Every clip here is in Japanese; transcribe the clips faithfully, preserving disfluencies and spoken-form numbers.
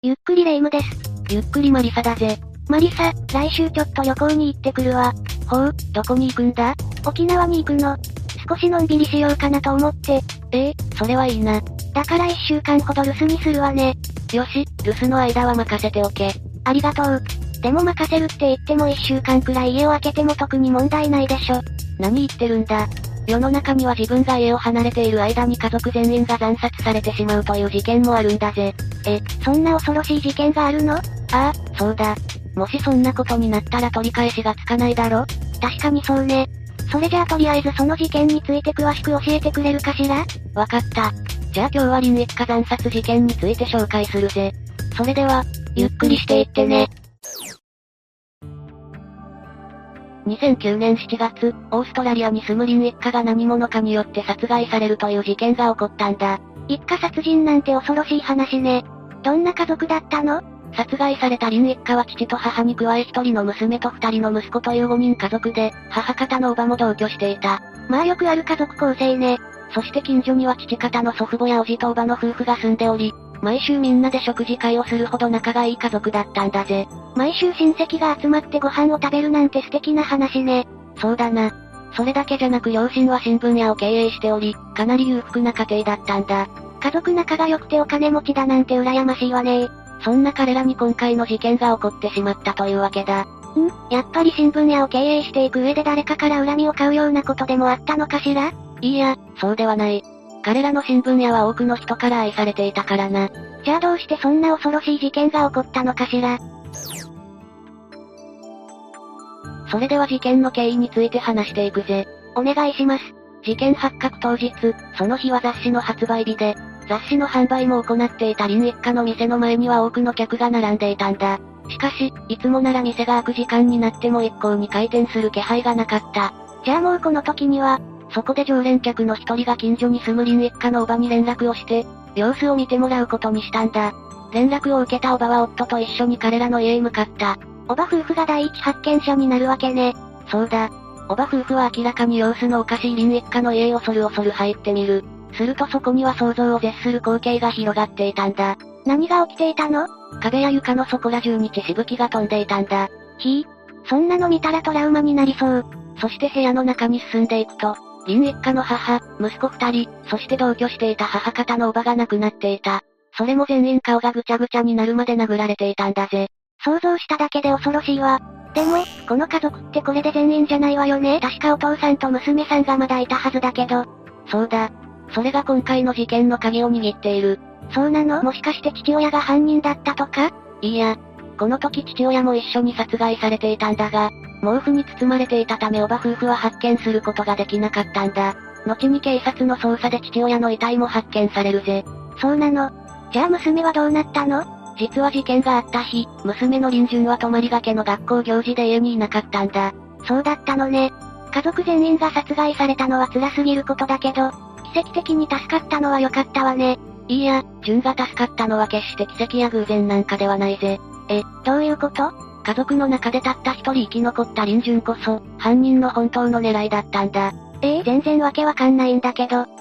ゆっくりレ夢ムです。 ゆっくりマリサだぜ。 マリサ、来週ちょっと旅行に行ってくるわ。 ほう、どこに行くんだ？ 沖縄に行くの。少しのんびりしようかなと思って。 ええ、それはいいな。 だから一週間ほど留守にするわね。 よし、留守の間は任せておけ。 ありがとう。でも任せるって言っても一週間くらい家を空けても特に問題ないでしょ。 何言ってるんだ。世の中には自分が家を離れている間に家族全員が惨殺されてしまうという事件もあるんだぜ。 え、そんな恐ろしい事件があるの？ああ、そうだ。もしそんなことになったら取り返しがつかないだろ？ 確かにそうね。それじゃあとりあえずその事件について詳しく教えてくれるかしら？ わかった。じゃあ今日は林一家惨殺事件について紹介するぜ。それでは、 ゆっくりしていってね。 にせんきゅうねんしちがつ、オーストラリアに住む林一家が何者かによって殺害されるという事件が起こったんだ。 一家殺人なんて恐ろしい話ね。どんな家族だったの？ 殺害された林一家は父と母に加え一人の娘と二人の息子というごにん家族で、母方の叔母も同居していた。 まあよくある家族構成ね。 そして近所には父方の祖父母や叔父と叔母の夫婦が住んでおり、毎週みんなで食事会をするほど仲がいい家族だったんだぜ。 毎週親戚が集まってご飯を食べるなんて素敵な話ね。 そうだな。それだけじゃなく両親は新聞屋を経営しており、かなり裕福な家庭だったんだ。 家族仲が良くてお金持ちだなんて羨ましいわね。 そんな彼らに今回の事件が起こってしまったというわけだ。 ん？やっぱり新聞屋を経営していく上で誰かから恨みを買うようなことでもあったのかしら？ いいや、そうではない。彼らの新聞屋は多くの人から愛されていたからな。 じゃあどうしてそんな恐ろしい事件が起こったのかしら？ それでは事件の経緯について話していくぜ。 お願いします。 事件発覚当日、その日は雑誌の発売日で、雑誌の販売も行っていた林一家の店の前には多くの客が並んでいたんだ。しかし、いつもなら店が開く時間になっても一向に開店する気配がなかった。 じゃあもうこの時には、 そこで常連客の一人が近所に住む林一家の叔母に連絡をして、様子を見てもらうことにしたんだ。連絡を受けた叔母は夫と一緒に彼らの家へ向かった。 叔母夫婦が第一発見者になるわけね。 そうだ。叔母夫婦は明らかに様子のおかしい林一家の家へ恐る恐る入ってみる。するとそこには想像を絶する光景が広がっていたんだ。 何が起きていたの？ 壁や床の底ら中に血しぶきが飛んでいたんだ。 ひぃ、そんなの見たらトラウマになりそう。 そして部屋の中に進んでいくと、林一家の母、息子二人、そして同居していた母方の叔母が亡くなっていた。それも全員顔がぐちゃぐちゃになるまで殴られていたんだぜ。 想像しただけで恐ろしいわ。でも、この家族ってこれで全員じゃないわよね。確かお父さんと娘さんがまだいたはずだけど。 そうだ。それが今回の事件の鍵を握っている。 そうなの？もしかして父親が犯人だったとか？ いいや。この時父親も一緒に殺害されていたんだが、毛布に包まれていたため叔母夫婦は発見することができなかったんだ。後に警察の捜査で父親の遺体も発見されるぜ。 そうなの。じゃあ娘はどうなったの？ 実は事件があった日、娘の林順は泊まりがけの学校行事で家にいなかったんだ。 そうだったのね。家族全員が殺害されたのは辛すぎることだけど、奇跡的に助かったのは良かったわね。 いいや、順が助かったのは決して奇跡や偶然なんかではないぜ。 え、どういうこと？ 家族の中でたった一人生き残った林順こそ、犯人の本当の狙いだったんだ。 えー、全然わけわかんないんだけど。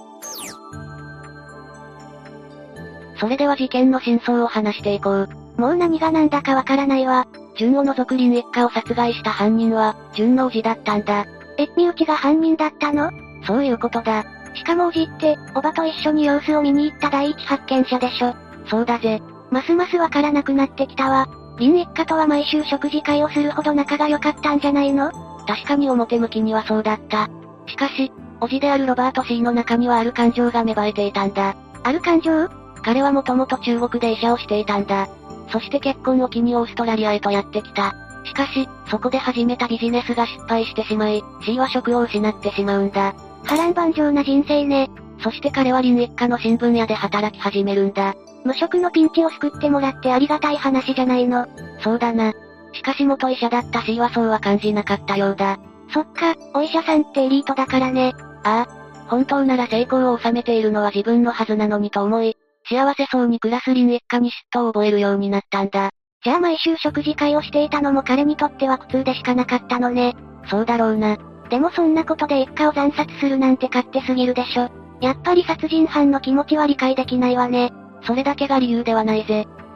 それでは事件の真相を話していこう。 もう何が何だかわからないわ。 順を除く林一家を殺害した犯人は、順の叔父だったんだ。 え、身内が犯人だったの？ そういうことだ。 しかも叔父って、叔母と一緒に様子を見に行った第一発見者でしょ。 そうだぜ。 ますますわからなくなってきたわ。林一家とは毎週食事会をするほど仲が良かったんじゃないの？ 確かに表向きにはそうだった。しかし、叔父であるロバート C の中にはある感情が芽生えていたんだ。 ある感情？ 彼はもともと中国で医者をしていたんだ。そして結婚を機にオーストラリアへとやってきた。しかし、そこで始めたビジネスが失敗してしまい、C は職を失ってしまうんだ。 波乱万丈な人生ね。 そして彼は林一家の新聞屋で働き始めるんだ。 無職のピンチを救ってもらってありがたい話じゃないの。 そうだな。しかし元医者だった C はそうは感じなかったようだ。 そっか、お医者さんってエリートだからね。 ああ。本当なら成功を収めているのは自分のはずなのにと思い、幸せそうに暮らす林一家に嫉妬を覚えるようになったんだ。 じゃあ毎週食事会をしていたのも彼にとっては苦痛でしかなかったのね。 そうだろうな。 でもそんなことで一家を惨殺するなんて勝手すぎるでしょ。やっぱり殺人犯の気持ちは理解できないわね。 それだけが理由ではないぜ。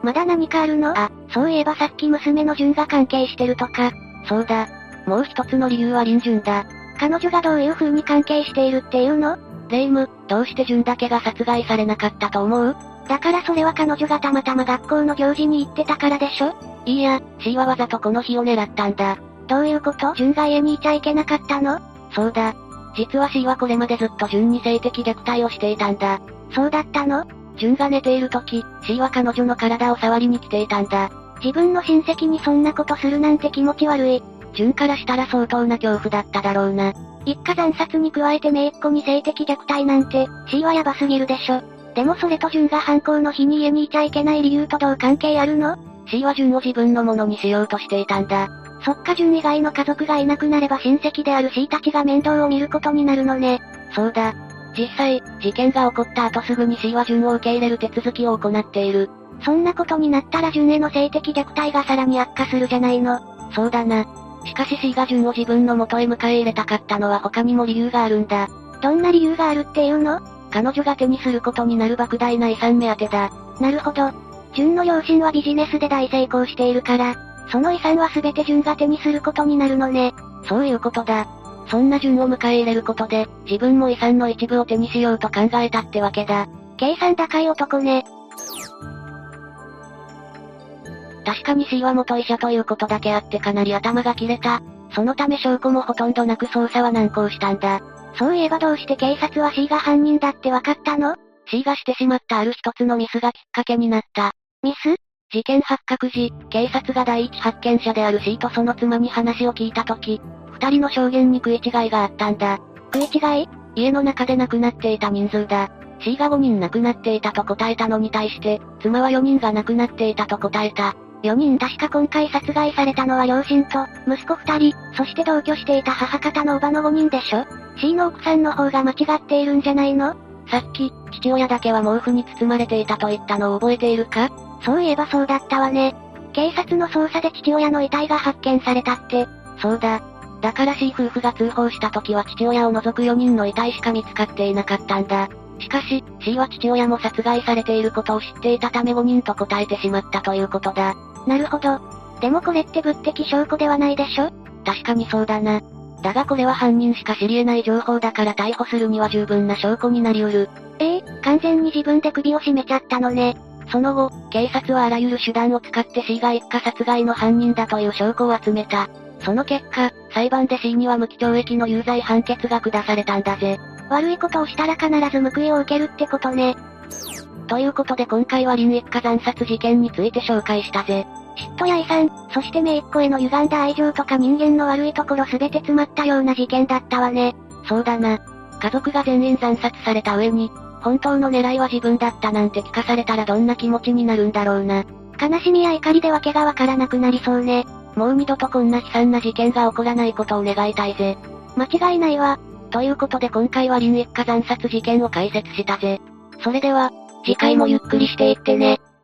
まだ何かあるの？あ、そういえばさっき娘の純が関係してるとか。 そうだ。もう一つの理由は林純だ。 彼女がどういう風に関係しているっていうの？ レイム、どうして純だけが殺害されなかったと思う？ だからそれは彼女がたまたま学校の行事に行ってたからでしょ？ いいや、C はわざとこの日を狙ったんだ。 どういうこと？純が家にいちゃいけなかったの？ そうだ。実は C はこれまでずっと純に性的虐待をしていたんだ。 そうだったの？ 純が寝ている時、C は彼女の体を触りに来ていたんだ。 自分の親戚にそんなことするなんて気持ち悪い。 純からしたら相当な恐怖だっただろうな。 一家惨殺に加えて姪っ子に性的虐待なんて、C はヤバすぎるでしょ。でもそれと純が犯行の日に家にいちゃいけない理由とどう関係あるの？ C は純を自分のものにしようとしていたんだ。 そっか、純以外の家族がいなくなれば親戚である C たちが面倒を見ることになるのね。 そうだ。実際、事件が起こった後すぐに C は純を受け入れる手続きを行っている。 そんなことになったら純への性的虐待がさらに悪化するじゃないの。 そうだな。しかし C が純を自分の元へ迎え入れたかったのは他にも理由があるんだ。 どんな理由があるっていうの？ 彼女が手にすることになる莫大な遺産目当てだ。 なるほど。純の両親はビジネスで大成功しているから、その遺産は全て純が手にすることになるのね。 そういうことだ。そんな純を迎え入れることで、自分も遺産の一部を手にしようと考えたってわけだ。 計算高い男ね。 確かに C は元医者ということだけあってかなり頭が切れた。そのため証拠もほとんどなく捜査は難航したんだ。 そういえばどうして警察は C が犯人だってわかったの？ C がしてしまったある一つのミスがきっかけになった。 ミス？ 事件発覚時、警察が第一発見者である C とその妻に話を聞いたとき、二人の証言に食い違いがあったんだ。 食い違い？ 家の中で亡くなっていた人数だ。C がごにん亡くなっていたと答えたのに対して、妻はよにんが亡くなっていたと答えた。 よにん確か今回殺害されたのは両親と、息子ふたり、そして同居していた母方の叔母のごにんでしょ？ C の奥さんの方が間違っているんじゃないの？ さっき、父親だけは毛布に包まれていたと言ったのを覚えているか？ そういえばそうだったわね。警察の捜査で父親の遺体が発見されたって。 そうだ。だから C 夫婦が通報した時は父親を除くよにんの遺体しか見つかっていなかったんだ。しかし、C は父親も殺害されていることを知っていたためごにんと答えてしまったということだ。 なるほど。でもこれって物的証拠ではないでしょ？ 確かにそうだな。だがこれは犯人しか知り得ない情報だから逮捕するには十分な証拠になり得る。 ええー、完全に自分で首を絞めちゃったのね。 その後、警察はあらゆる手段を使って C が一家殺害の犯人だという証拠を集めた。その結果、裁判で C には無期懲役の有罪判決が下されたんだぜ。 悪いことをしたら必ず報いを受けるってことね。 ということで今回は林一家惨殺事件について紹介したぜ。 嫉妬や遺産、そして姪っ子への歪んだ愛情とか人間の悪いところすべて詰まったような事件だったわね。 そうだな。家族が全員惨殺された上に、本当の狙いは自分だったなんて聞かされたらどんな気持ちになるんだろうな。 悲しみや怒りで訳がわからなくなりそうね。 もう二度とこんな悲惨な事件が起こらないことを願いたいぜ。 間違いないわ。 ということで今回は林一家惨殺事件を解説したぜ。それでは、次回もゆっくりしていってね。